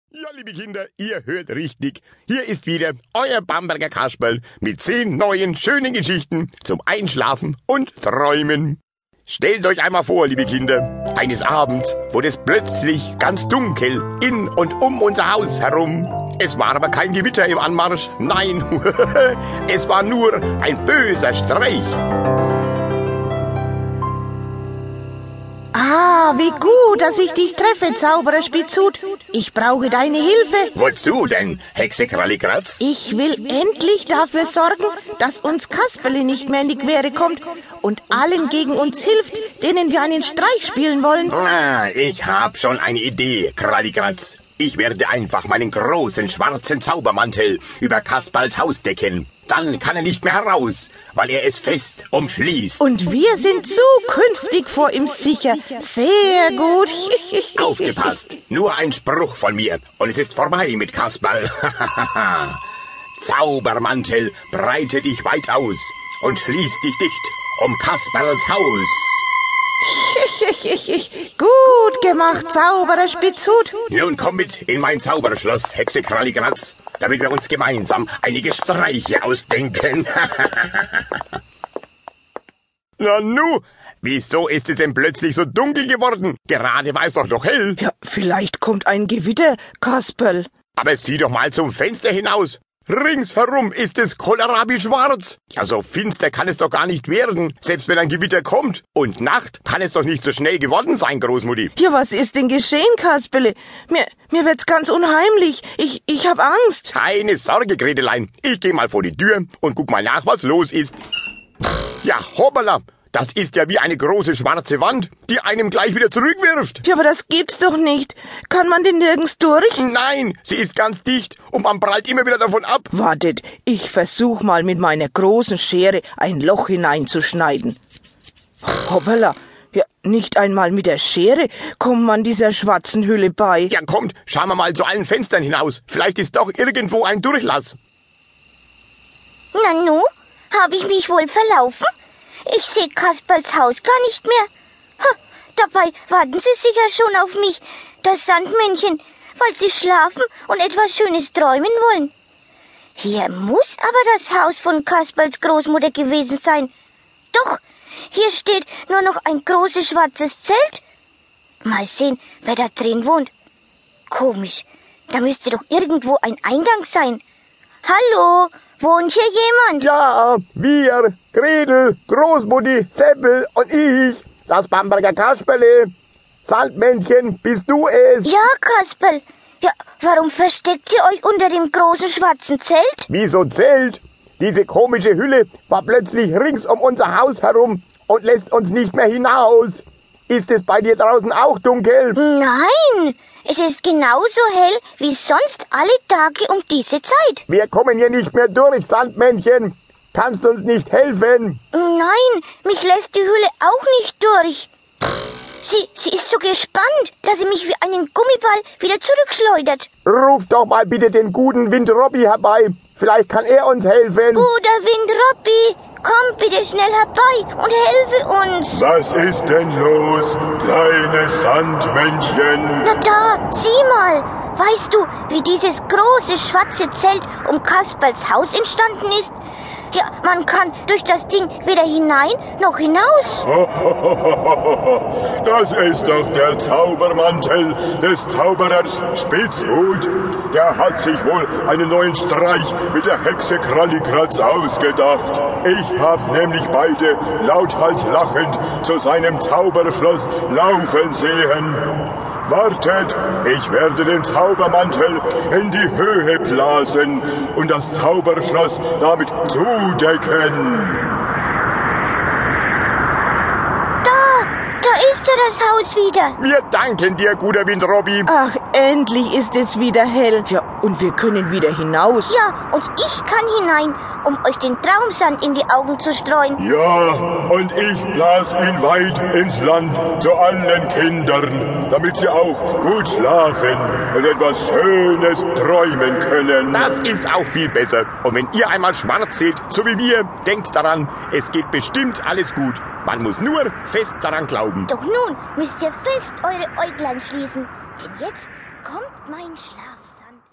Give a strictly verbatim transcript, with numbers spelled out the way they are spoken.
Ja, liebe Kinder, ihr hört richtig. Hier ist wieder euer Bamberger Kasperl mit zehn neuen schönen Geschichten zum Einschlafen und Träumen. Stellt euch einmal vor, liebe Kinder, eines Abends wurde es plötzlich ganz dunkel in und um unser Haus herum. Es war aber kein Gewitter im Anmarsch, nein, es war nur ein böser Streich. Ah, wie gut, dass ich dich treffe, Zauberer Spitzhut. Ich brauche deine Hilfe. Wozu denn, Hexe Krallikratz? Ich will endlich dafür sorgen, dass uns Kasperle nicht mehr in die Quere kommt und allen gegen uns hilft, denen wir einen Streich spielen wollen. Ah, ich hab schon eine Idee, Krallikratz. Ich werde einfach meinen großen schwarzen Zaubermantel über Kasperls Haus decken. Dann kann er nicht mehr heraus, weil er es fest umschließt. Und wir sind zukünftig vor ihm sicher. Sehr gut. Aufgepasst, nur ein Spruch von mir und es ist vorbei mit Kasperl. Zaubermantel, breite dich weit aus und schließ dich dicht um Kasperls Haus. Gut gemacht, Zauberer Spitzhut. Nun komm mit in mein Zauberschloss, Hexe Krallikratz, damit wir uns gemeinsam einige Streiche ausdenken. Na nu, wieso ist es denn plötzlich so dunkel geworden? Gerade war es doch noch hell. Ja, vielleicht kommt ein Gewitter, Kasperl. Aber sieh doch mal zum Fenster hinaus. Ringsherum ist es kohlrabi-schwarz. Ja, so finster kann es doch gar nicht werden, selbst wenn ein Gewitter kommt. Und Nacht kann es doch nicht so schnell geworden sein, Großmutti. Ja, was ist denn geschehen, Kasperle? Mir, mir wird's ganz unheimlich. Ich, ich hab Angst. Keine Sorge, Gretelein. Ich geh mal vor die Tür und guck mal nach, was los ist. Ja, hoppala. Das ist ja wie eine große schwarze Wand, die einem gleich wieder zurückwirft. Ja, aber das gibt's doch nicht. Kann man denn nirgends durch? Nein, sie ist ganz dicht und man prallt immer wieder davon ab. Wartet, ich versuch mal mit meiner großen Schere ein Loch hineinzuschneiden. Hoppala, ja, nicht einmal mit der Schere kommt man dieser schwarzen Hülle bei. Ja, kommt, schauen wir mal zu allen Fenstern hinaus. Vielleicht ist doch irgendwo ein Durchlass. Nanu, habe ich mich wohl verlaufen? Ich sehe Kasperls Haus gar nicht mehr. Ha, dabei warten sie sicher schon auf mich, das Sandmännchen, weil sie schlafen und etwas Schönes träumen wollen. Hier muss aber das Haus von Kasperls Großmutter gewesen sein. Doch, hier steht nur noch ein großes schwarzes Zelt. Mal sehen, wer da drin wohnt. Komisch, da müsste doch irgendwo ein Eingang sein. Hallo? Wohnt hier jemand? Ja, wir, Gretel, Großmutti, Seppel und ich, das Bamberger Kasperle. Sandmännchen, bist du es? Ja, Kasperl. Ja, warum versteckt ihr euch unter dem großen schwarzen Zelt? Wieso Zelt? Diese komische Hülle war plötzlich rings um unser Haus herum und lässt uns nicht mehr hinaus. Ist es bei dir draußen auch dunkel? Nein, es ist genauso hell wie sonst alle Tage um diese Zeit. Wir kommen hier nicht mehr durch, Sandmännchen. Kannst du uns nicht helfen? Nein, mich lässt die Hülle auch nicht durch. Sie, sie ist so gespannt, dass sie mich wie einen Gummiball wieder zurückschleudert. Ruf doch mal bitte den guten Wind Robby herbei. Vielleicht kann er uns helfen. Guter Wind Robby, komm bitte schnell herbei und helfe uns. Was ist denn los, kleines Sandmännchen? Na da, sieh mal. Weißt du, wie dieses große schwarze Zelt um Kasperls Haus entstanden ist? Ja, man kann durch das Ding weder hinein noch hinaus. Das ist doch der Zaubermantel des Zauberers Spitzhut. Der hat sich wohl einen neuen Streich mit der Hexe Krallikratz ausgedacht. Ich hab nämlich beide lauthals lachend zu seinem Zauberschloss laufen sehen. Wartet, ich werde den Zaubermantel in die Höhe blasen und das Zauberschloss damit zudecken. Da ist ja das Haus wieder. Wir danken dir, guter Wind Robby. Ach, endlich ist es wieder hell. Ja, und wir können wieder hinaus. Ja, und ich kann hinein, um euch den Traumsand in die Augen zu streuen. Ja, und ich blas ihn weit ins Land zu allen Kindern, damit sie auch gut schlafen und etwas Schönes träumen können. Das ist auch viel besser. Und wenn ihr einmal schwarz seht, so wie wir, denkt daran, es geht bestimmt alles gut. Man muss nur fest daran glauben. Doch nun müsst ihr fest eure Äuglein schließen, denn jetzt kommt mein Schlafsack.